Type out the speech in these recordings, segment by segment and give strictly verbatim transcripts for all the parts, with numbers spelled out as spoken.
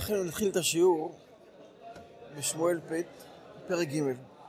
אנחנו נתחיל את השיעור בשמואל פ' פרק ג'.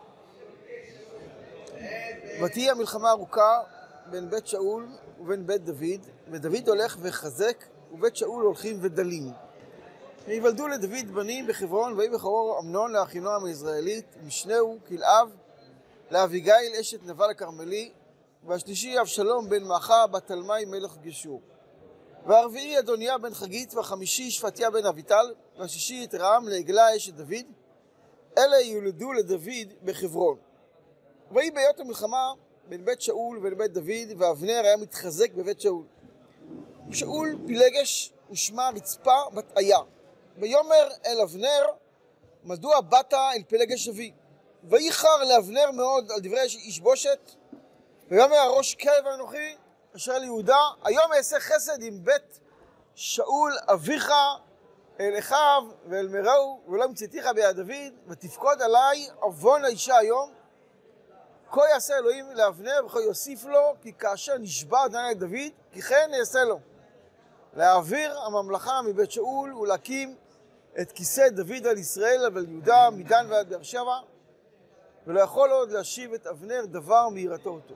ותהי המלחמה ארוכה בין בית שאול ובין בית דוד, ודוד הולך וחזק, ובית שאול הולכים ודלים. ויוולדו לדוד בנים בחברון, ויהי בכורו אמנון לאחינועם היזרעאלית, משנהו כלאב לאביגיל אשת נבל הכרמלי, והשלישי אבשלום בן מעכה בת תלמי מלך גשור. והרביעי אדוניה בן חגית, והחמישי שפטיה בן אביטל, והשישי יתרעם לעגלה אשת דוד. אלה יולדו לדוד בחברון. ויהי ביות המלחמה בין בית שאול ובין בית דוד, ואבנר היה מתחזק בבית שאול. שאול פילגש ושמה רצפה בת איה. ויאמר אל אבנר, מדוע באת אל פילגש אבי? וייחר לאבנר מאוד על דברי איש בושת, ויאמר הראש כלב אנוכי אשר ליהודה, היום אעשה חסד עם בית שאול אביך אל אחיו ואל מרעו, ולא מצאתיך ביד דוד, ותפקוד עליי עוון האישה היום. כה יעשה אלוהים לאבנר וכה יוסיף לו, כי כאשר נשבע אדוני את דוד, כי כן יעשה לו, להעביר הממלכה מבית שאול ולהקים את כיסא דוד על ישראל ועל יהודה מדן ועד באר שבע, ולא יכול עוד להשיב את אבנר דבר מיראתו אותו.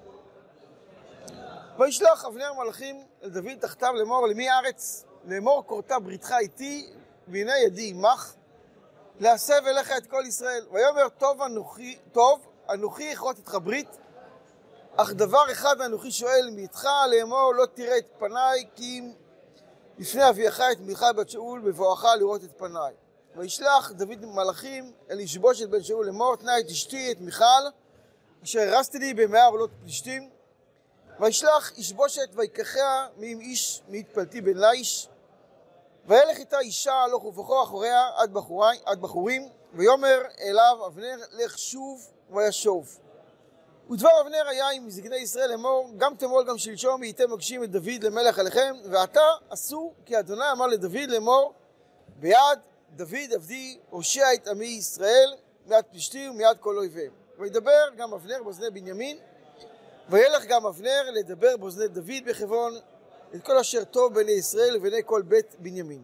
וישלח אבנר מלאכים אל דוד תחתיו לאמור, למי הארץ? לאמור, כורתה בריתך איתי, והנה ידי עמך, להסב אליך את כל ישראל. ויאמר, טוב אנוכי, טוב אנוכי אכרות איתך ברית, אך דבר אחד אנוכי שואל מאיתך, לאמור, לא תראה את פניי, כי אם לפני אביך את מלך בת שאול בבואך לראות את פניי. וישלח דוד מלאכים אל איש בושת בן שאול לאמור, תנה את אשתי את מיכל, אשר הרסתי לי במאה ערלות פלישתים. וישלח איש בושת ויקחיה מעם איש מהתפלתי בן ליש, וילך איתה אישה הלוך ובכו אחוריה עד, בחורי, עד בחורים, ויאמר אליו אבנר, לך שוב וישוב. ודבר אבנר היה עם זקני ישראל לאמור, גם תמול גם שלשום הייתם מגשים את דוד למלך עליכם, ועתה עשו כי אדוני אמר לדוד לאמור, ביד דוד עבדי הושע את עמי ישראל מיד פלישתים ומיד כל אויביהם. וידבר גם אבנר באוזני בנימין, וילך גם אבנר לדבר באוזני דוד בחברון את כל אשר טוב בעיני ישראל ובעיני כל בית בנימין.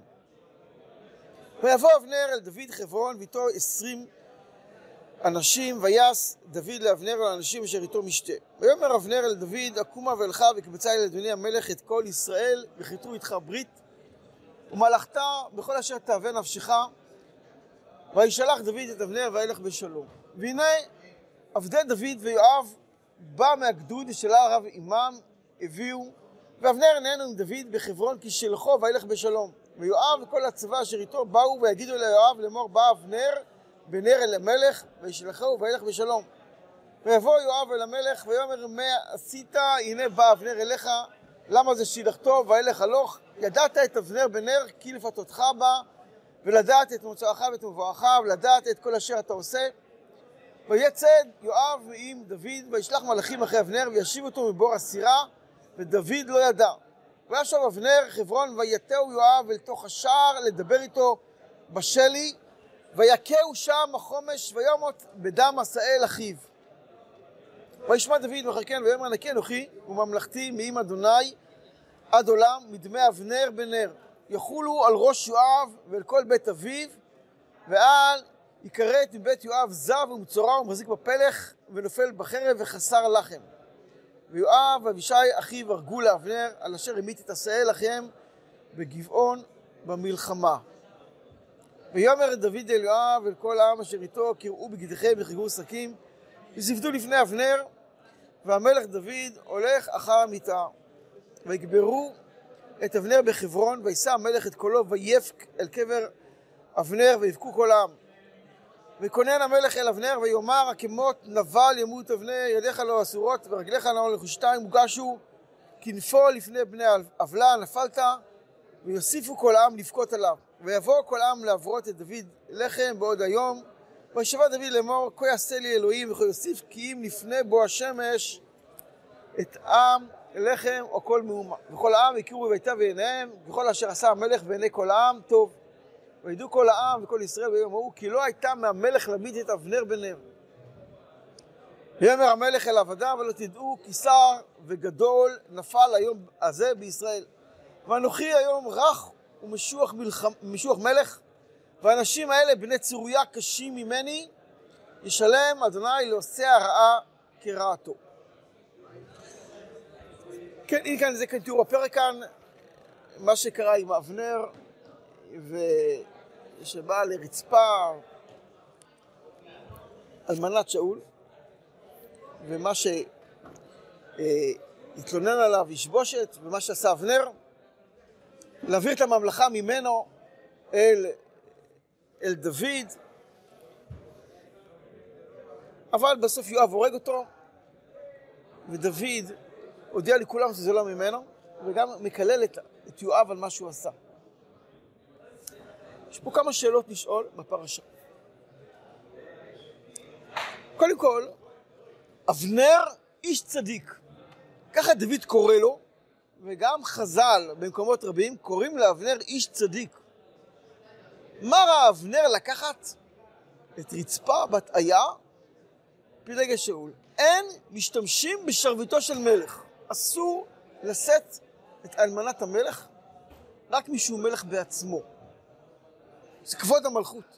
ויבוא אבנר אל דוד חברון ואיתו עשרים אנשים, ויעש דוד לאבנר ולאנשים אשר איתו משתה. ויאמר אבנר אל דוד, אקומה ואלכה וקבצה אל אדוני המלך את כל ישראל, וכיתרו איתך ברית, ומלכת בכל אשר תאווה נפשך. וישלח דוד את אבנר וילך בשלום. והנה עבדי דוד ויואב בא מהגדוד של הרב עמם הביאו, ואבנר איננו עם דוד בחברון כי שלחו וילך בשלום. ויואב וכל הצבא אשר איתו באו ויגידו ליואב לאמור, בא אבנר בנר אל המלך, וישלחו וילך בשלום. ויבוא יואב אל המלך ויאמר, מה עשית? הנה בא אבנר אליך, למה זה שילחתו וילך הלוך? ידעת את אבנר בנר כי לפתותך בה, ולדעת את מוצאך ואת מבואך, ולדעת את כל אשר אתה עושה. ויצד יואב עם דוד, וישלח מלאכים אחרי אבנר, וישיב אותו מבור הסירה, ודוד לא ידע. וישב אבנר חברון, ויתהו יואב אל תוך השער לדבר איתו בשלי, ויקהו שם החומש, וימות בדם עשאל אחיו. וישמע דוד מחרקן, ויאמר נקי אנוכי וממלכתי מעם אדוני עד עולם, מדמי אבנר בנר. יחולו על ראש יואב ועל כל בית אביו, ועל יכרת מבית יואב זב ומצורע ומחזיק בפלך, ונופל בחרב וחסר לחם. ויואב ואבישי אחיו הרגו לאבנר, על אשר המית את עשאל אחיהם בגבעון במלחמה. ויאמר דוד אל יואב ואל כל העם אשר איתו, קראו בגדיכם וחיגרו שקים, וזפדו לפני אבנר, והמלך דוד הולך אחר המיטה. ויקברו את אבנר בחברון, וישא המלך את קולו ויפק אל קבר אבנר, ויבכו כל העם. וכונן המלך אל אבנר ויאמר, הכמות נבל ימות אבנר, ידיך לא אסורות ורגליך לא לחושתיים, מוגשו כנפו לפני בני עוולה, נפלת. ויוסיפו כל העם לבכות עליו. ויבוא כל העם לעברות את דוד לחם בעוד היום. וישבע דוד לאמור, כה יעשה לי אלוהים וכה יוסיף, כי אם לפני בוא השמש את עם לחם או כל מאומה. וכל העם הכירו בביתה בעיניהם, וכל אשר עשה המלך בעיני כל העם טוב. וידעו כל העם וכל ישראל ביום ההוא, כי לא הייתה מהמלך להמית את אבנר בנר. ויאמר המלך אל עבדיו, ולא תדעו כי שר וגדול נפל היום הזה בישראל. ואנוכי היום רך ומשוח מלחם, משוח מלך, והאנשים האלה, בני צרויה קשים ממני, ישלם אדוני לעושה הרעה כרעתו. כן, הנה כאן, זה כאן, תראו, הפרק כאן, מה שקרה עם אבנר, ושבא לרצפה על מנת שאול, ומה שהתלונן עליו ישבושת, ומה שעשה אבנר, להעביר את הממלכה ממנו אל, אל דוד, אבל בסוף יואב הורג אותו, ודוד הודיע לכולם שזה לא ממנו, וגם מקלל את, את יואב על מה שהוא עשה. יש פה כמה שאלות לשאול בפרשה. קודם כל, אבנר איש צדיק. ככה דוד קורא לו, וגם חז"ל במקומות רבים קוראים לאבנר איש צדיק. מה ראה אבנר לקחת את רצפה בת איה פילגש שאול? אין משתמשים בשרביטו של מלך. אסור לשאת את אלמנת המלך רק משהו מלך בעצמו. זה כבוד המלכות.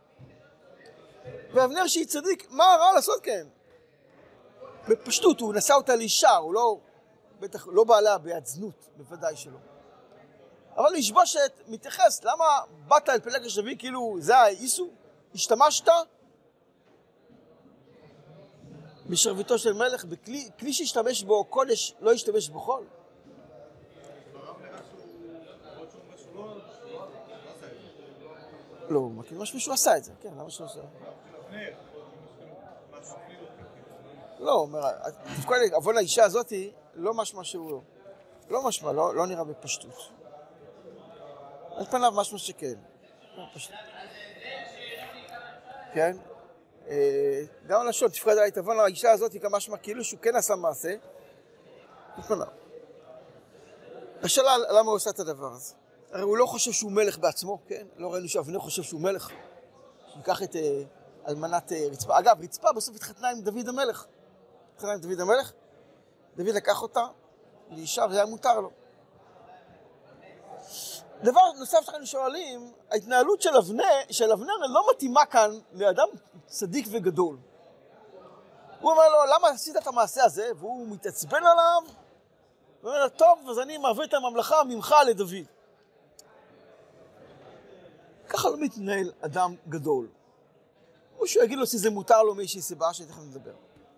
ואבנר שהיא צדיק, מה רע לעשות כן? בפשטות, הוא נשא אותה לאישה, הוא לא, בטח לא בעלה ביד זנות, בוודאי שלא. אבל ישבושת מתייחס, למה באת אל פילגש אבי, כאילו זה האיסור? השתמשת בשרביטו של מלך, בכלי, כלי שהשתמש בו קודש, לא ישתמש בו חול. לא, משהו שהוא עשה את זה, כן, למה שהוא עשה? לא, אומר, תפקוד עבור לאישה הזאת, לא משמע שהוא לא. לא משמע, לא, לא נראה בפשטות. על פניו משמע שכן. כן? גם הלשון, תפקוד עליי, תבון לאישה הזאת, גם משמע כאילו שהוא כן עשה מעשה. על פניו. השאלה, למה הוא עושה את הדבר הזה? הרי הוא לא חושב שהוא מלך בעצמו, כן? לא ראינו שאבנר חושב שהוא מלך. שניקח את אלמנת רצפה. אגב, רצפה בסוף התחתנה עם דוד המלך. התחתנה עם דוד המלך. דוד לקח אותה לאישה וזה היה מותר לו. דבר נוסף שאנחנו שואלים, ההתנהלות של אבנר, של אבנר לא מתאימה כאן לאדם צדיק וגדול. הוא אומר לו, למה עשית את המעשה הזה? והוא מתעצבן עליו. הוא אומר לו, טוב, אז אני מעביר את הממלכה ממך לדוד. ככה לא מתנהל אדם גדול. או שהוא יגיד לו שזה מותר לו מאיזושהי סיבה שתכף נדבר.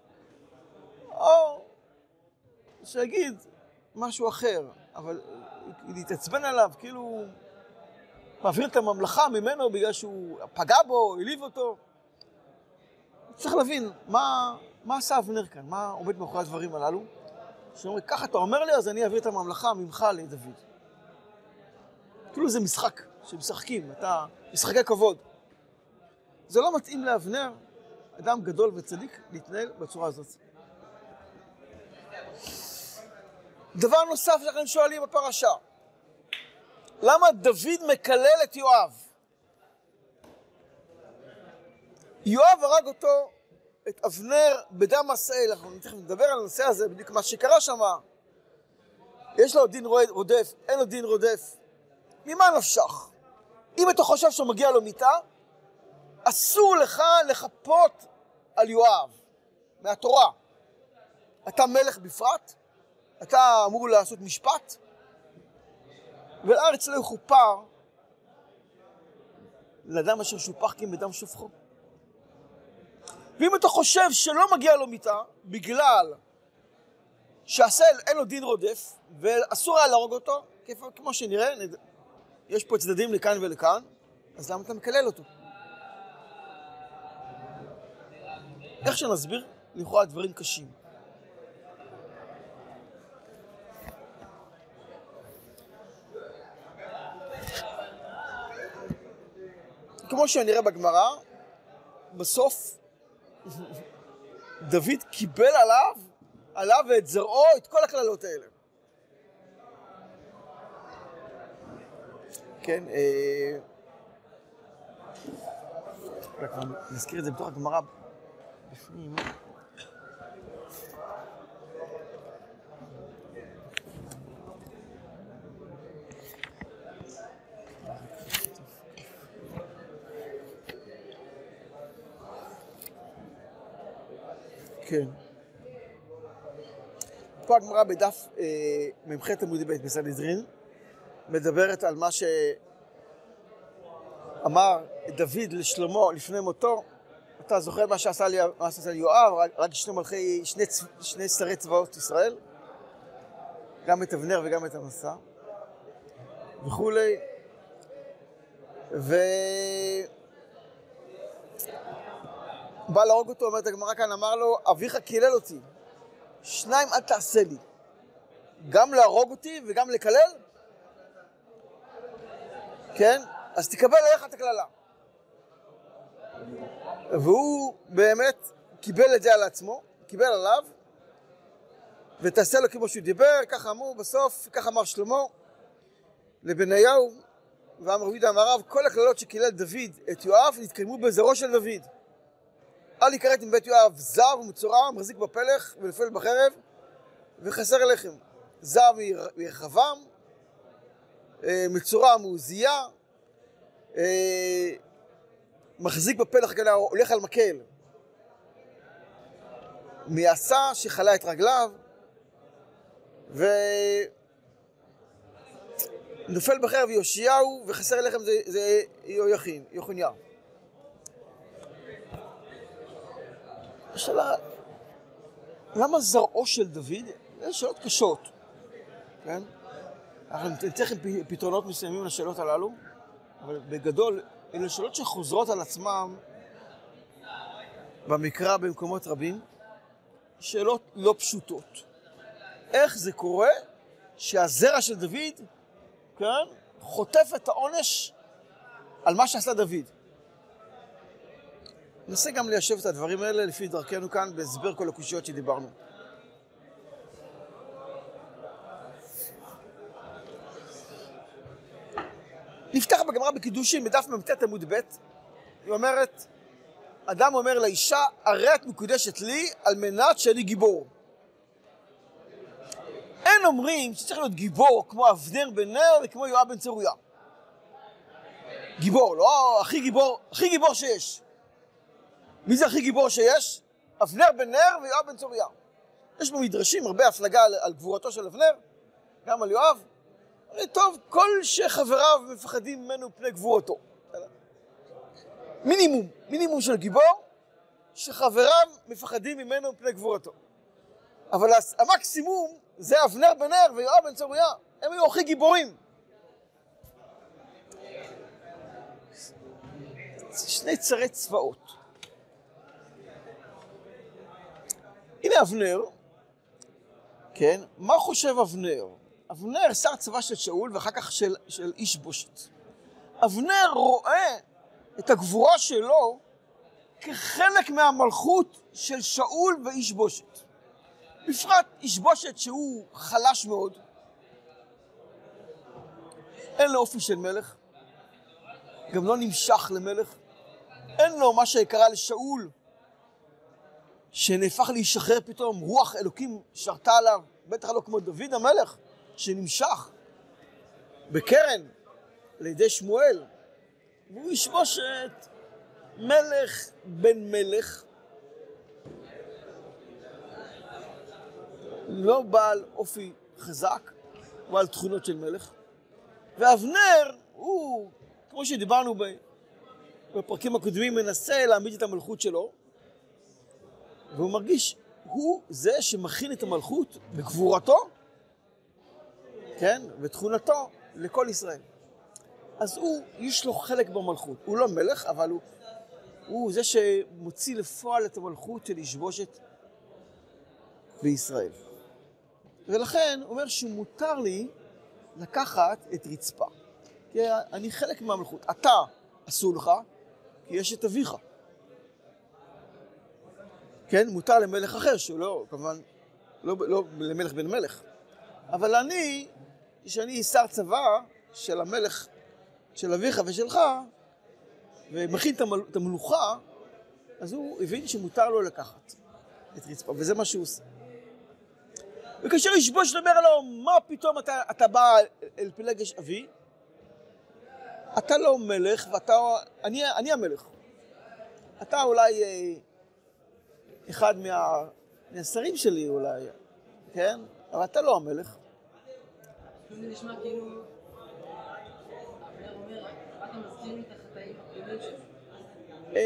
או שיגיד משהו אחר, אבל להתעצבן עליו, כאילו מעביר את הממלכה ממנו בגלל שהוא פגע בו, העליב אותו. צריך להבין מה, מה עשה אבנר כאן, מה עומד מאחורי הדברים הללו. שאומר, ככה אתה אומר לי, אז אני אעביר את הממלכה ממך לדוד. כאילו זה משחק שמשחקים, אתה משחקי כבוד. זה לא מתאים לאבנר, אדם גדול וצדיק, להתנהל בצורה הזאת. דבר נוסף שאנחנו שואלים בפרשה, למה דוד מקלל את יואב? יואב הרג אותו, את אבנר בדם הסאל. אנחנו תכף נדבר על הנושא הזה, בדיוק מה שקרה שם. יש לו דין רודף, אין לו דין רודף. ממה נפשך? אם אתה חושב שהוא מגיע לו מיטה, אסור לך לחפות על יואב מהתורה. אתה מלך בפרט, אתה אמור לעשות משפט, ולארץ לא יכופר לאדם אשר שופח כי בדם שופחו. ואם אתה חושב שלא מגיע לו מיטה, בגלל שהסל אין לו דין רודף, ואסור היה להרוג אותו, כמו שנראה, יש פה צדדים לכאן ולכאן, אז למה אתה מקלל אותו? איך שנסביר? לכאורה דברים קשים. כמו שנראה בגמרא, בסוף דוד קיבל עליו, עליו ואת זרעו, את כל הכללות האלה. כן, אה... רק נזכיר את זה בתוך הגמרא בפנים. כן. פה הגמרא בדף אה, ממח' עמוד ב' בסנהדרין, מדברת על מה שאמר דוד לשלמה לפני מותו. אתה זוכר מה שעשה לי, מה שעשה לי יואב, רק, רק שני מלכי, שני, שני שרי צבאות ישראל, גם את אבנר וגם את המסע, וכולי. ו... בא להרוג אותו, אומרת הגמרא כאן, אמר לו, אביך קילל אותי, שניים אל תעשה לי, גם להרוג אותי וגם לקלל? כן? אז תקבל עליך את הכללה. והוא באמת קיבל את זה על עצמו, קיבל עליו, ותעשה לו כמו שהוא דיבר, ככה אמרו בסוף, ככה אמר שלמה לבניהו, ואמר רבי יהודה אמר רב, כל הכללות שקילל דוד את יואב נתקיימו בזרעו של דוד. אל יכרת מבית יואב זר ומצורע, מחזיק בפלך ונופל בחרב וחסר לחם. זר מרחבעם, מצורע מעוזיה, מחזיק בפלח כנראה, הולך על מקל. מעשה שחלה את רגליו, ונופל בחרב יאשיהו, וחסר לחם זה, זה יהויכין, יחוניה. השאלה, למה זרעו של דוד? זה שאלות קשות, כן? אנחנו נצטרך פתרונות מסוימים לשאלות הללו, אבל בגדול, אלה שאלות שחוזרות על עצמם במקרא במקומות רבים, שאלות לא פשוטות. איך זה קורה שהזרע של דוד, כן, חוטף את העונש על מה שעשה דוד? ננסה גם ליישב את הדברים האלה לפי דרכנו כאן בהסבר כל הקושיות שדיברנו. נפתח בגמרא בקידושין בדף מ"ט עמוד ב', היא אומרת, אדם אומר לאישה, הרי את מקודשת לי על מנת שאני גיבור. אין אומרים שצריך להיות גיבור כמו אבנר בן נר וכמו יואב בן צרויה. גיבור, לא הכי גיבור, הכי גיבור שיש. מי זה הכי גיבור שיש? אבנר בן נר ויואב בן צרויה. יש במדרשים הרבה הפלגה על, על גבורתו של אבנר, גם על יואב. טוב, כל שחבריו מפחדים ממנו פני גבורתו. מינימום, מינימום של גיבור, שחבריו מפחדים ממנו פני גבורתו. אבל המקסימום זה אבנר בן נר ויואב בן צרויה. הם היו הכי גיבורים. שני צרי צבאות. הנה אבנר, כן, מה חושב אבנר? אבנר שר צבא של שאול ואחר כך של, של איש בושת. אבנר רואה את הגבורה שלו כחלק מהמלכות של שאול ואיש בושת. בפרט איש בושת שהוא חלש מאוד, אין לו אופי של מלך, גם לא נמשך למלך, אין לו מה שקרה לשאול, שנהפך להישחרר פתאום, רוח אלוקים שרתה עליו, בטח לא כמו דוד המלך, שנמשך בקרן לידי שמואל, והוא איש בושת, מלך בן מלך, לא בעל אופי חזק, בעל תכונות של מלך. ואבנר הוא, כמו שדיברנו בפרקים הקודמים, מנסה להעמיד את המלכות שלו, והוא מרגיש, הוא זה שמכין את המלכות בגבורתו, כן, ותכונתו לכל ישראל. אז הוא, יש לו חלק במלכות. הוא לא מלך, אבל הוא, הוא זה שמוציא לפועל את המלכות של איש בושת בישראל. ולכן הוא אומר שמותר לי לקחת את רצפה. כי אני חלק מהמלכות. אתה אסור לך, כי יש את אביך. כן, מותר למלך אחר, שהוא לא, כמובן, לא, לא למלך בן מלך. אבל אני, שאני שר צבא של המלך, של אביך ושלך, ומכין את המלוכה, אז הוא הבין שמותר לו לקחת את רצפה, וזה מה שהוא עושה. וכאשר איש בושת אומר לו, מה פתאום אתה, אתה בא אל פלגש אבי? אתה לא מלך, ואתה, אני, אני המלך. אתה אולי אה, אחד מהשרים שלי אולי, כן? אבל אתה לא המלך. זה נשמע כאילו, אבנר אומר, אתה מזכיר לי את החטאים הקודמים שלו.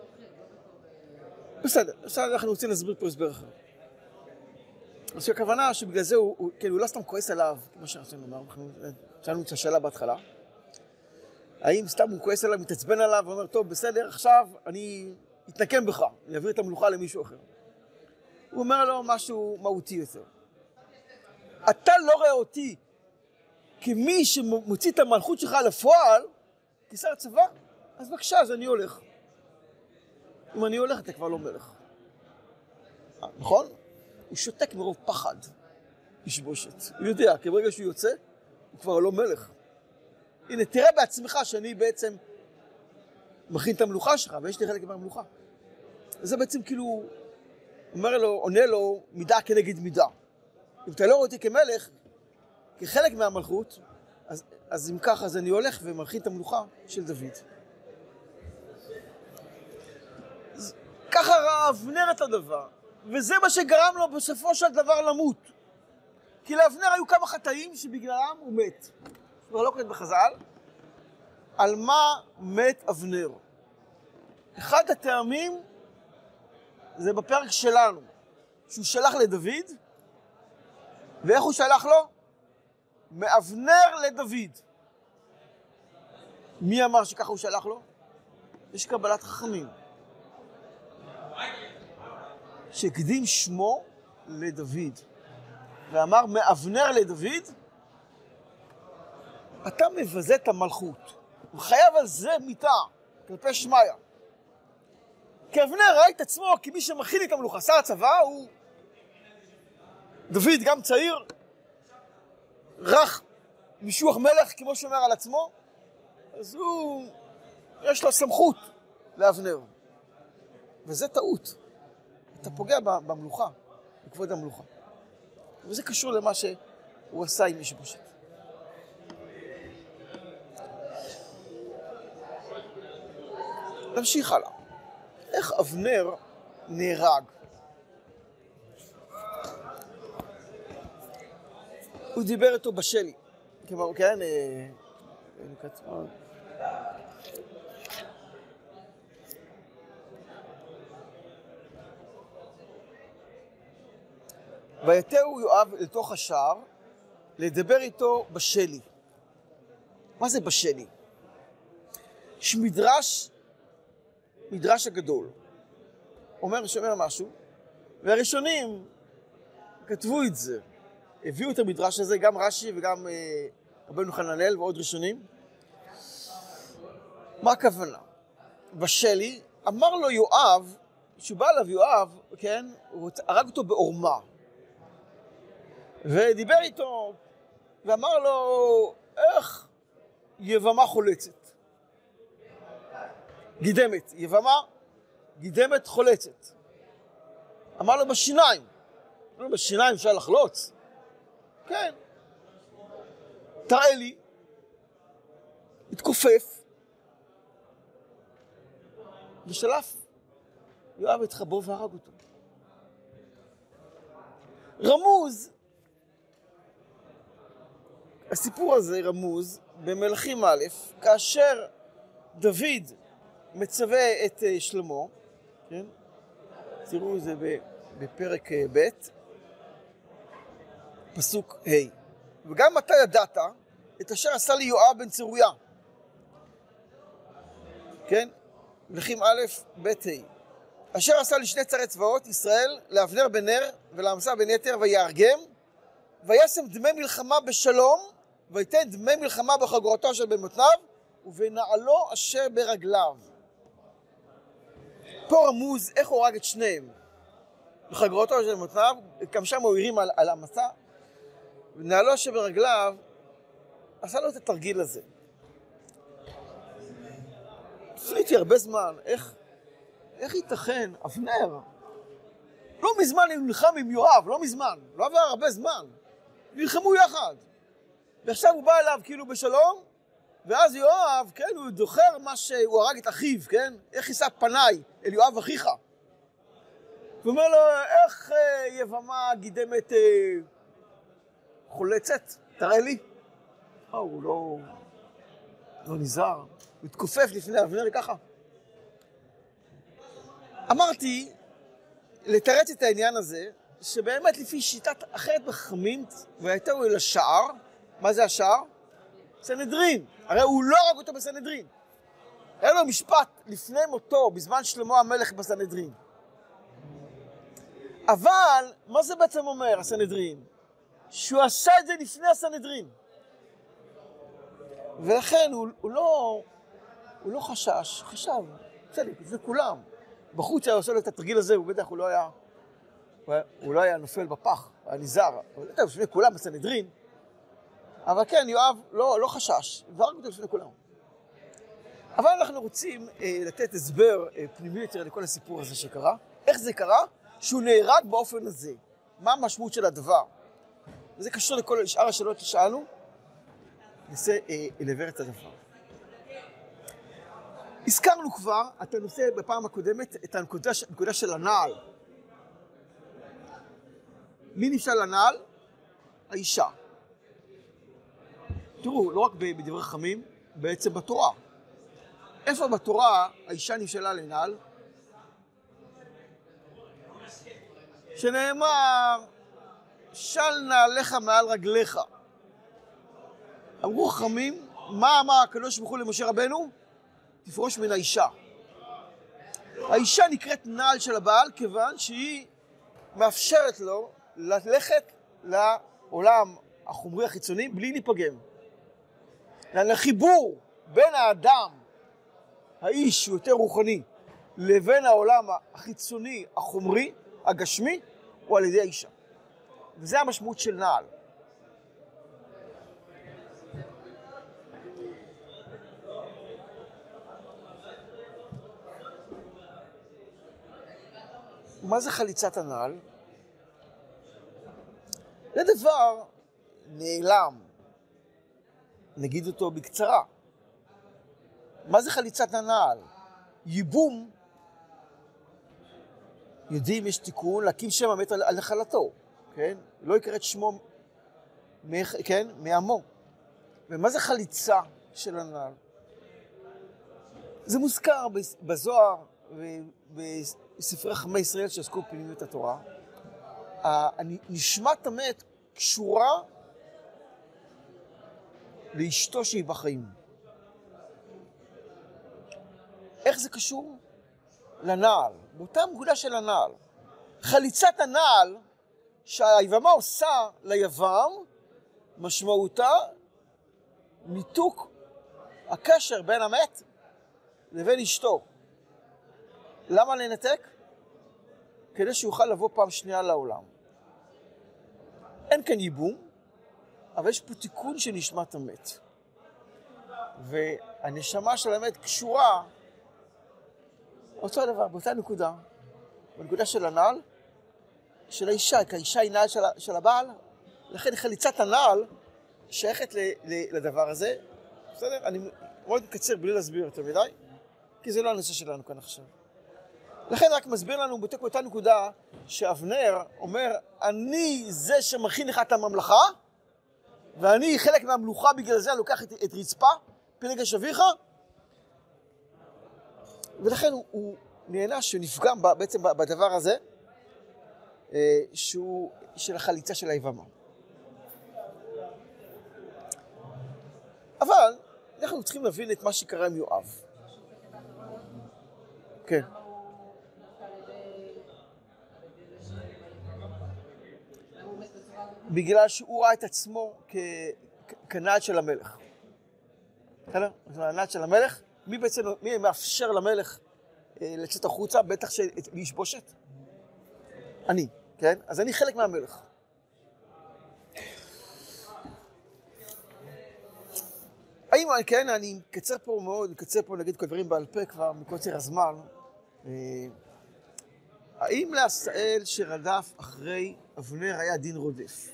בסדר, עכשיו אנחנו רוצים להסביר פה הסבר אחר. אז הכוונה שבגלל זה הוא, כאילו, הוא לא סתם כועס עליו, כמו שאנחנו נאמר, שאלנו את השאלה בהתחלה. האם סתם הוא כועס עליו, מתעצבן עליו, ואומר, טוב, בסדר, עכשיו אני אתנקם בך, אני אעביר את המלוכה למישהו אחר. הוא אומר לו משהו מהותי יותר. אתה לא רואה אותי כמי שמוציא את המלכות שלך לפועל, כשר הצבא, אז בבקשה, אז אני הולך. אם אני הולך, אתה כבר לא מלך. נכון? הוא שותק מרוב פחד, ישבושת. הוא יודע, כי ברגע שהוא יוצא, הוא כבר לא מלך. הנה, תראה בעצמך שאני בעצם מכין את המלוכה שלך, ויש לי חלק מהמלוכה. וזה בעצם כאילו, אומר לו, עונה לו, מידה כנגד מידה. אם אתה לא רואה אותי כמלך, כחלק מהמלכות, אז, אז אם ככה, אז אני הולך ומכין את המלוכה של דוד. אז, ככה ראה אבנר את הדבר, וזה מה שגרם לו בסופו של דבר למות. כי לאבנר היו כמה חטאים שבגללם הוא מת. כבר לא קוראים בחז"ל, על מה מת אבנר. אחד הטעמים זה בפרק שלנו, שהוא שלח לדוד, ואיך הוא שלח לו? מאבנר לדוד. מי אמר שככה הוא שלח לו? יש קבלת חכמים. שהקדים שמו לדוד. ואמר מאבנר לדוד, אתה מבזה את המלכות. הוא חייב על זה מיתה, כלפי שמיה. כי אבנר ראה את עצמו כמי שמכין את המלוכה. שר הצבא הוא דוד, גם צעיר, רך משוח מלך, כמו שאומר על עצמו, אז הוא, יש לו סמכות לאבנר. וזה טעות. אתה פוגע במלוכה, בכבוד המלוכה. וזה קשור למה שהוא עשה עם ישבושת. נמשיך הלאה. איך אבנר נהרג? הוא דיבר איתו בשלי. כלומר, כן, ויתהו יואב לתוך השער לדבר איתו בשלי. מה זה בשלי? יש מדרש, מדרש הגדול. אומר שאומר משהו, והראשונים כתבו את זה. הביאו את המדרש הזה, גם רש"י וגם אה, רבנו חננאל ועוד ראשונים. מה הכוונה? בשלי אמר לו יואב, שהוא בא אליו יואב, כן, הוא הרג אותו בעורמה. ודיבר איתו, ואמר לו, איך יבמה חולצת? גידמת, יבמה, גידמת חולצת. אמר לו בשיניים. אמר לו בשיניים אפשר לחלוץ? כן. תראה לי, התכופף, ושלף יואב את חבו והרג אותו. רמוז, הסיפור הזה רמוז במלכים א', כאשר דוד מצווה את שלמה, כן? תראו זה בפרק ב', פסוק ה'. וגם אתה ידעת את אשר עשה לי יואב בן צרויה. כן? מלכים א', ב', ה'. אשר עשה לי שני צרי צבאות, ישראל, לאבנר בן נר ולעמסה בן יתר, ויהרגם, וישם דמי מלחמה בשלום, ויתן דמי מלחמה בחגורתו של בן מותניו, ובנעלו אשר ברגליו. פה רמוז איך הוא הרג את שניהם. בחגורתו של בן מותניו, גם שם הוא הרים על, על המסע, ונעלו אשר ברגליו, עשה לו את התרגיל הזה. הפליתי הרבה זמן, איך, איך ייתכן, אבנר, לא מזמן הוא נלחם עם יואב, לא מזמן, לא עבר הרבה זמן, נלחמו יחד. ועכשיו הוא בא אליו כאילו בשלום, ואז יואב, כן, הוא זוכר מה שהוא הרג את אחיו, כן? איך יישא פניי אל יואב אחיך. ואומר לו, איך אה, יבמה גידמת אה, חולצת? תראה לי. אה, הוא לא, לא נזהר, הוא התכופף לפני אבנר ככה. אמרתי, לתרץ את העניין הזה, שבאמת לפי שיטת אחרת בחכמים, והייתה הוא אל השער. מה זה השער? סנהדרין. הרי הוא לא הרג אותו בסנהדרין. היה לו משפט לפני מותו, בזמן שלמה המלך בסנהדרין. אבל, מה זה בעצם אומר, הסנהדרין? שהוא עשה את זה לפני הסנהדרין. ולכן הוא, הוא, לא, הוא לא חשש, חשב, בסדר, זה כולם. בחוץ היה עושה לו את התרגיל הזה, הוא בטח הוא לא היה, הוא, היה, הוא לא היה נופל בפח, הוא היה נזהר. אבל זה לפני כולם בסנהדרין. אבל כן, יואב לא, לא חשש, והרג אותו לפני כולם. אבל אנחנו רוצים אה, לתת הסבר אה, פנימי יותר לכל הסיפור הזה שקרה. איך זה קרה? שהוא נהרג באופן הזה. מה המשמעות של הדבר? וזה קשור לכל שאר השאלות ששאלנו. ננסה אה, לבר את הדבר. הזכרנו כבר, אתה נושא בפעם הקודמת, את הנקודה, הנקודה של הנעל. מי נפשל לנעל? האישה. תראו, לא רק בדברי חכמים, בעצם בתורה. איפה בתורה האישה נפשלה לנעל? שנאמר, של נעליך מעל רגליך. אמרו חכמים, מה אמר הקדוש ברוך הוא למשה רבנו? תפרוש מן האישה. האישה נקראת נעל של הבעל כיוון שהיא מאפשרת לו ללכת לעולם החומרי החיצוני בלי להיפגם. לחיבור בין האדם, האיש שהוא יותר רוחני, לבין העולם החיצוני, החומרי, הגשמי, הוא על ידי האישה. וזה המשמעות של נעל. מה זה חליצת הנעל? זה דבר נעלם. נגיד אותו בקצרה. מה זה חליצת הנעל? ייבום. יודעים, יש תיקון, להקים שם המת על נחלתו. כן? לא יקרא את שמו, כן? מעמו. ומה זה חליצה של הנעל? זה מוזכר בזוהר ובספרי חכמי ישראל שעסקו בפנימיות התורה. נשמת המת קשורה לאשתו שהיא בחיים. איך זה קשור? לנעל, באותה נקודה של הנעל. חליצת הנעל שהיבמה עושה ליבם, משמעותה ניתוק הקשר בין המת לבין אשתו. למה לנתק? כדי שיוכל לבוא פעם שנייה לעולם. אין כאן ייבום, אבל יש פה תיקון של נשמת המת. והנשמה של המת קשורה אותו דבר, באותה נקודה, בנקודה של הנעל, של האישה, כי האישה היא נעל של, של הבעל, לכן חליצת הנעל שייכת ל, ל, לדבר הזה. בסדר? אני מאוד מקצר בלי להסביר יותר מדי, כי זה לא הנושא שלנו כאן עכשיו. לכן רק מסביר לנו בתוך באותה נקודה שאבנר אומר, אני זה שמכין לך את הממלכה, ואני חלק מהמלוכה, בגלל זה אני לוקח את, את רצפה, פלגש אביך, ולכן הוא, הוא נהנה שנפגם בעצם בדבר הזה, שהוא של החליצה של היבמה. אבל אנחנו צריכים להבין את מה שקרה עם יואב. כן. בגלל שהוא ראה את עצמו כנעל של המלך. בסדר? הנעל של המלך, מי בעצם, מי מאפשר למלך לצאת החוצה, בטח להשבושת? אני, כן? אז אני חלק מהמלך. האם, כן, אני מקצר פה מאוד, מקצר פה נגיד כל דברים בעל פה כבר מקוצר הזמן. האם לעשאל שרדף אחרי אבנר היה דין רודף?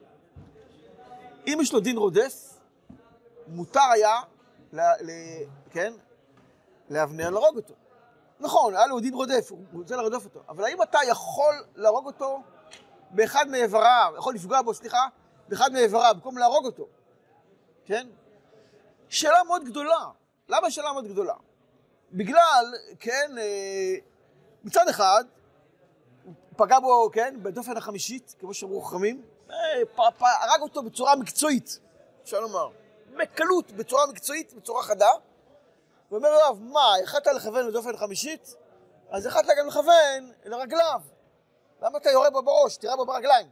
אם יש לו דין רודף, מותר היה, ל, ל, כן, לאבנר להרוג אותו. נכון, היה לו דין רודף, הוא רוצה לרדוף אותו. אבל האם אתה יכול להרוג אותו באחד מאיבריו, יכול לפגוע בו, סליחה, באחד מאיבריו, במקום להרוג אותו? כן? שאלה מאוד גדולה. למה שאלה מאוד גדולה? בגלל, כן, מצד אחד, הוא פגע בו, כן, בדופן החמישית, כמו שאמרו חכמים, הרג אותו בצורה מקצועית, אפשר לומר, בקלות, בצורה מקצועית, בצורה חדה, ואומר לו, מה, יכלת לכוון לדופן חמישית? אז יכלת גם לכוון לרגליו. למה אתה יורה בו בראש? תראה בו ברגליים.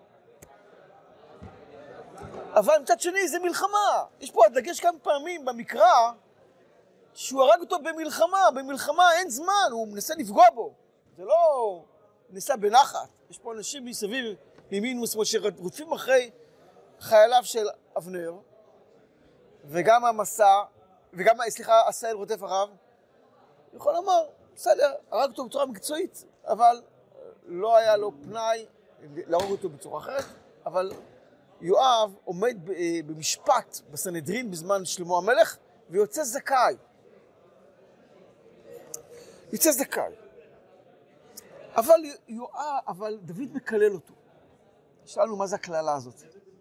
אבל מצד שני זה מלחמה. יש פה הדגש כמה פעמים במקרא, שהוא הרג אותו במלחמה. במלחמה אין זמן, הוא מנסה לפגוע בו. זה לא ניסה בנחת. יש פה אנשים מסביב, מימין ושמאל, שרודפים אחרי חייליו של אבנר, וגם המסע, וגם, סליחה, עשאל רודף אחריו. יכול לומר, בסדר, הרג אותו בצורה מקצועית, אבל לא היה לו פנאי להרוג אותו בצורה אחרת, אבל יואב עומד במשפט בסנהדרין בזמן שלמה המלך, ויוצא זכאי. יוצא זכאי. אבל יואב, אבל דוד מקלל אותו. שאלנו מה זה הכללה הזאת.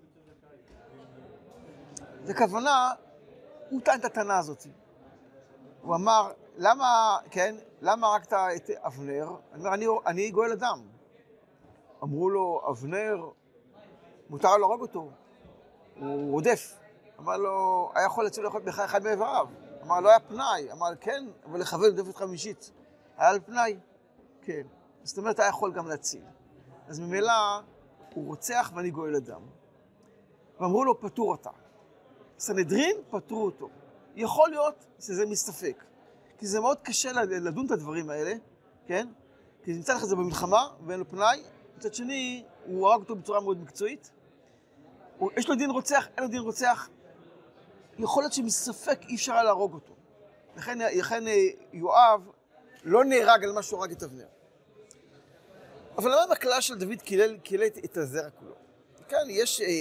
זה כוונה, הוא טען את הטענה הזאת. הוא אמר, למה, כן, למה הרגת את אבנר? אני אומר, אני, אני גואל אדם. אמרו לו, אבנר, מותר להרוג אותו. הוא רודף. אמר לו, היה יכול לצאת לאכול בכלל אחד מאיבריו. אמר, לא היה פנאי. אמר, כן, אבל לכוון דופן חמישית. היה על פנאי? כן. זאת אומרת, היה יכול גם להציל. אז ממילא, הוא רוצח ואני גואל אדם. ואמרו לו, פטור אתה. סנהדרין, פטרו אותו. יכול להיות שזה מסתפק. כי זה מאוד קשה לדון את הדברים האלה, כן? כי נמצא לך זה במלחמה ואין לו פנאי. מצד שני, הוא הרג אותו בצורה מאוד מקצועית. יש לו דין רוצח, אין לו דין רוצח. יכול להיות שמספק אי אפשר להרוג אותו. לכן, לכן יואב לא נהרג על מה שהוא הרג את אבנר. אבל למה בכלל של דוד קילל, קילל את הזרע כולו? כאן יש אה,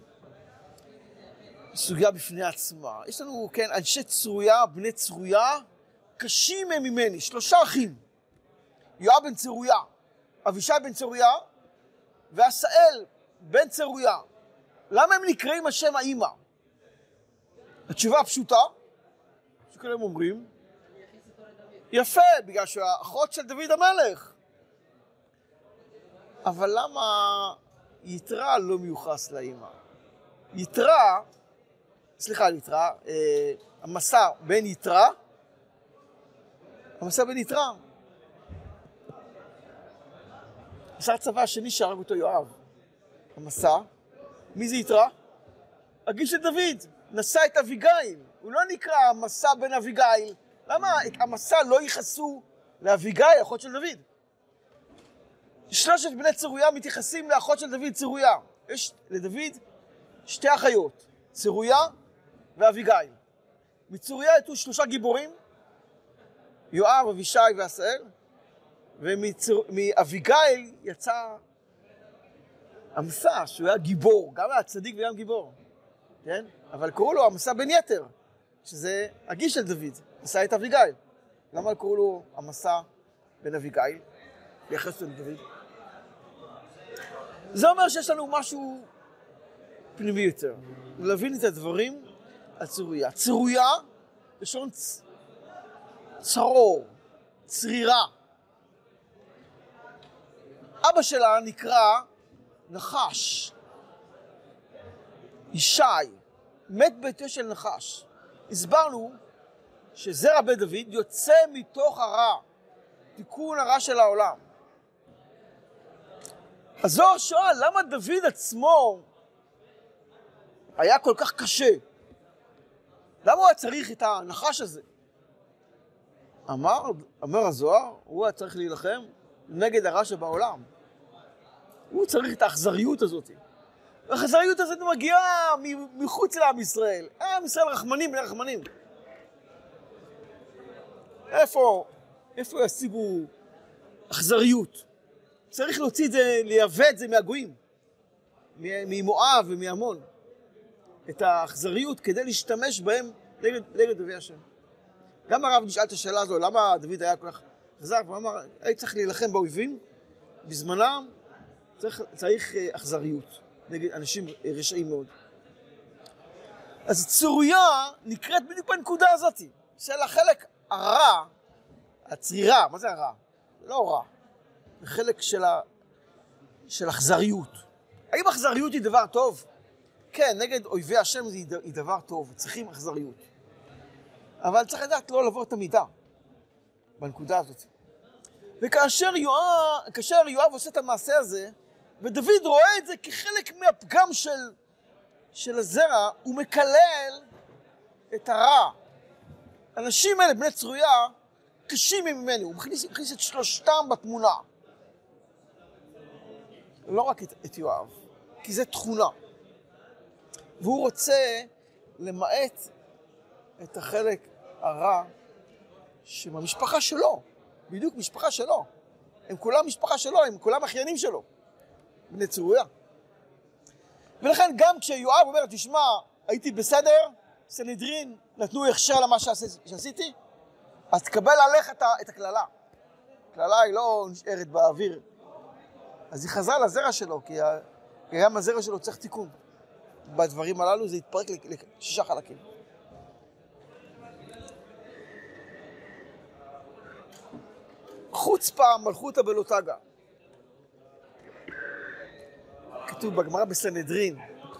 סוגיה בפני עצמה. יש לנו, כן, אנשי צרויה, בני צרויה, קשים הם ממני, שלושה אחים. יואב בן צרויה, אבישי בן צרויה, ועשאל בן צרויה. למה הם נקראים השם האמא? התשובה הפשוטה, שכולם אומרים, יפה, בגלל שהאחות של דוד המלך. אבל למה יתרה לא מיוחס לאמא? יתרה, סליחה, יתרה, אה, המסע בין יתרה, המסע בין יתרה. מסע הצבא השני שהרג אותו יואב. המסע, מי זה יתרה? הגיל של דוד, נשא את אביגיל. הוא לא נקרא המסע בין אביגיל. למה את המסע לא ייחסו לאביגיל, אחות של דוד? שלושת בני צרויה מתייחסים לאחות של דוד צרויה. יש לדוד שתי אחיות, צרויה ואביגיל. מצרויה יתו שלושה גיבורים, יואב, אבישי ועשאל, ומאביגיל יצא המסע, שהוא היה גיבור, גם היה צדיק וגם גיבור. כן? אבל קראו לו המסע בן יתר, שזה הגיל של דוד, מסע את אביגיל. למה קראו לו המסע בן אביגיל? ביחס לדוד. זה אומר שיש לנו משהו פנימי יותר. להבין את הדברים על צרויה. צרויה, לשון צ... צרור, צרירה. אבא שלה נקרא נחש. ישי, מת ביתו של נחש. הסברנו שזרע בית דוד יוצא מתוך הרע, תיקון הרע של העולם. אז זוהר שואל, למה דוד עצמו היה כל כך קשה? למה הוא היה צריך את הנחש הזה? אמר, אמר הזוהר, הוא היה צריך להילחם נגד הרע שבעולם. הוא צריך את האכזריות הזאת. האכזריות הזאת מגיעה מחוץ לעם ישראל. עם ישראל רחמנים בני רחמנים. איפה, איפה ישיגו אכזריות? צריך להוציא את זה, לייבא את זה מהגויים, ממואב ומהמון. את האכזריות כדי להשתמש בהם נגד, נגד דובי השם. גם הרב נשאל את השאלה הזו, למה דוד היה כל כך חזר ואמר, היית צריך להילחם באויבים, בזמנם צריך, צריך אכזריות נגד אנשים רשעים מאוד. אז צרויה נקראת בדיוק בנקודה הזאת, של החלק הרע, הצרירה, מה זה הרע? זה לא רע, זה חלק של, ה... של אכזריות. האם אכזריות היא דבר טוב? כן, נגד אויבי השם היא דבר טוב, צריכים אכזריות. אבל צריך לדעת לא לעבור את המידה בנקודה הזאת. וכאשר יואב, כאשר יואב עושה את המעשה הזה, ודוד רואה את זה כחלק מהפגם של, של הזרע, הוא מקלל את הרע. אנשים האלה, בני צרויה, קשים ממנו, הוא מכניס, מכניס את שלושתם בתמונה. לא רק את, את יואב, כי זה תכונה. והוא רוצה למעט את החלק הרע שבמשפחה שלו, בדיוק משפחה שלו. הם כולם משפחה שלו, הם כולם אחיינים שלו. בני צרויה. ולכן גם כשיואב אומר, תשמע, הייתי בסדר, סנהדרין נתנו הכשר למה שעשיתי, אז תקבל עליך את הכללה. הכללה היא לא נשארת באוויר. אז היא חזרה לזרע שלו, כי גם הזרע שלו צריך תיקון. בדברים הללו זה יתפרק לשישה חלקים. חוצפה מלכותא בלא תגע. כתוב בגמרא בסנהדרין.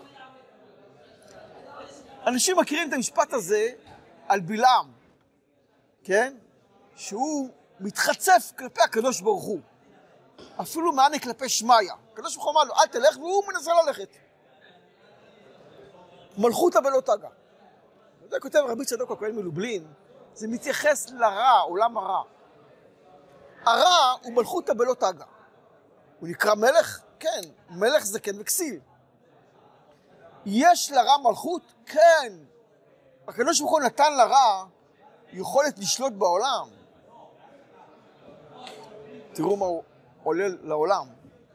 אנשים מכירים את המשפט הזה על בלעם, כן? שהוא מתחצף כלפי הקדוש ברוך הוא. אפילו מענה כלפי שמיה. הקדוש ברוך הוא אמר לו, אל תלך, והוא מנסה ללכת. מלכותא בלא תגע. זה כותב רבי צדוק הכהן מלובלין, זה מתייחס לרע, עולם הרע. הרע הוא מלכותא בלא תגע. הוא נקרא מלך? כן, מלך זקן וכסיל. יש לרע מלכות? כן. הקדוש ברוך הוא נתן לרע יכולת לשלוט בעולם. תראו מה הוא עולה לעולם.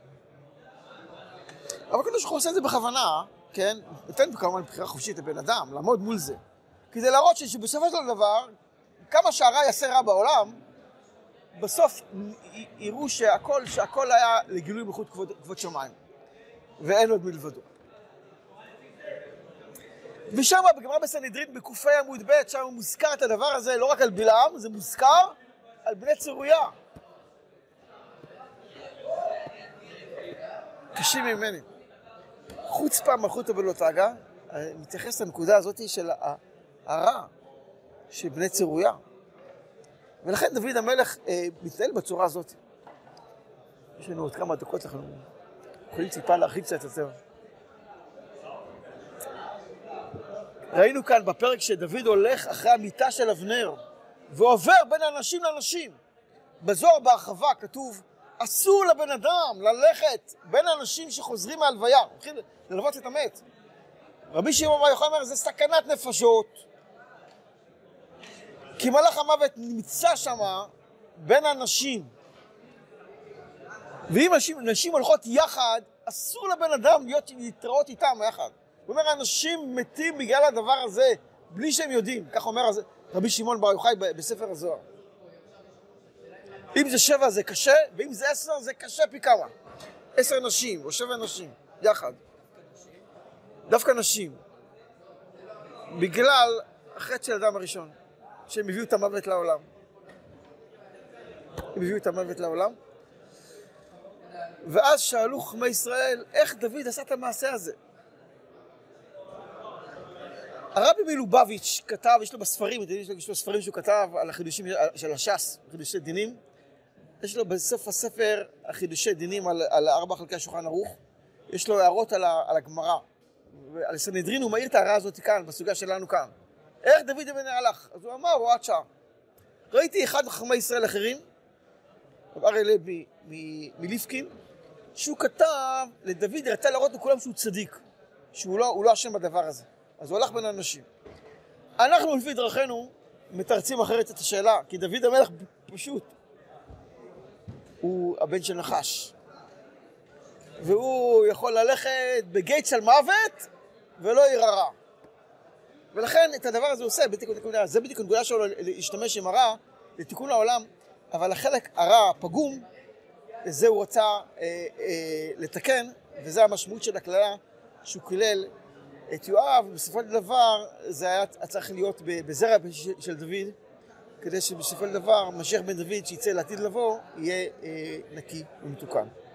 אבל הקדוש ברוך הוא עושה את זה בכוונה, כן? נותן כמובן בחירה חופשית לבן אדם, לעמוד מול זה. כדי להראות שבסופו של דבר, כמה שהרע יעשה רע בעולם, בסוף יראו שהכל, שהכל היה לגילוי מלכות כבוד, כבוד שמיים. ואין עוד מלבדו. ושם בגמרא בסנהדרין בקופי עמוד ב' שם מוזכר את הדבר הזה, לא רק על בלעם, זה מוזכר על בני צרויה. קשים ממני. חוצפה מלכותא בלא תגע, מתייחס לנקודה הזאת של הרע של בני צרויה. ולכן דוד המלך אה, מתנהל בצורה הזאת. יש לנו עוד כמה דקות, אנחנו יכולים ציפה להרחיב קצת יותר. ראינו כאן בפרק שדוד הולך אחרי המיטה של אבנר, ועובר בין אנשים לאנשים. בזוהר בהרחבה כתוב, אסור לבן אדם ללכת בין אנשים שחוזרים מהלוויה, הולכים ללוות את המת. רבי שמעון בר יוחאי אומר, זה סכנת נפשות. כי מלאך המוות נמצא שם בין אנשים. ואם נשים, נשים הולכות יחד, אסור לבן אדם להיות, להתראות איתם יחד. הוא אומר, אנשים מתים בגלל הדבר הזה, בלי שהם יודעים. כך אומר רבי שמעון בר יוחאי בספר הזוהר. אם זה שבע זה קשה, ואם זה עשר זה קשה פי כמה. עשר נשים או שבע נשים, יחד. דווקא נשים. בגלל החטא של האדם הראשון. שהם הביאו את המוות לעולם. הם הביאו את המוות לעולם. ואז שאלו חכמי ישראל, איך דוד עשה את המעשה הזה? הרבי מלובביץ' כתב, יש לו בספרים, יש לו ספרים שהוא כתב על החידושים של הש"ס, חידושי דינים. יש לו בסוף הספר החידושי דינים על, על ארבע חלקי השולחן ערוך. יש לו הערות על, על הגמרא. ועל סנהדרין הוא מאיר את ההערה הזאת כאן, בסוגיה שלנו כאן. איך דוד המלך הלך? אז הוא אמר, הוראת שעה. ראיתי אחד מחכמי ישראל אחרים, רב אריה לוי מליפקין, שהוא כתב לדוד, רצה להראות לכולם שהוא צדיק, שהוא לא, הוא לא אשם בדבר הזה. אז הוא הלך בין האנשים. אנחנו לפי דרכנו מתרצים אחרת את השאלה, כי דוד המלך פשוט, הוא הבן של נחש. והוא יכול ללכת בגיא צל מוות ולא ירא. ולכן את הדבר הזה הוא עושה, זה בדיוק הנקודה שלו להשתמש עם הרע לתיקון העולם, אבל החלק הרע, הפגום, זה הוא רצה אה, אה, לתקן, וזה המשמעות של הכללה שהוא כולל את יואב, ובסופו של דבר זה היה צריך להיות בזרע של דוד, כדי שבסופו של דבר משיח בן דוד שיצא לעתיד לבוא יהיה אה, נקי ומתוקן.